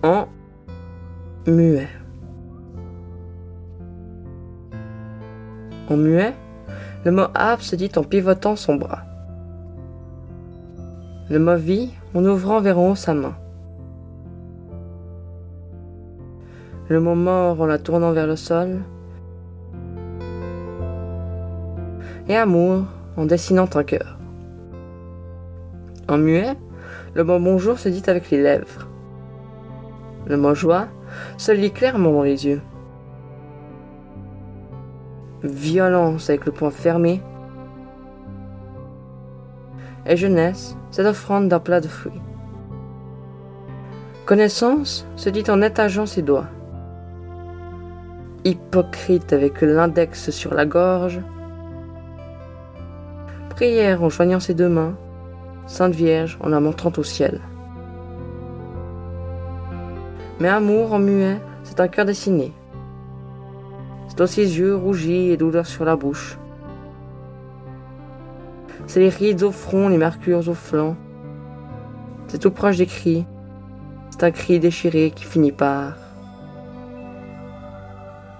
en muet. En muet, le mot arbre se dit en pivotant son bras. Le mot vie en ouvrant vers en haut sa main. Le mot mort en la tournant vers le sol. Et amour en dessinant un cœur. En muet, le mot bonjour se dit avec les lèvres. Le mot joie se lit clairement dans les yeux. Violence avec le poing fermé. Et jeunesse, cette offrande d'un plat de fruits. Connaissance se dit en étageant ses doigts. Hypocrite avec l'index sur la gorge. Prière en joignant ses deux mains. Sainte Vierge en la montrant au ciel. Mais amour en muet, c'est un cœur dessiné. C'est aussi yeux rougis et douleur sur la bouche. C'est les rides au front, les mercures au flanc. C'est tout proche des cris. C'est un cri déchiré qui finit par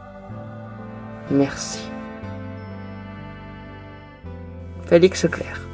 merci. Félix Leclerc.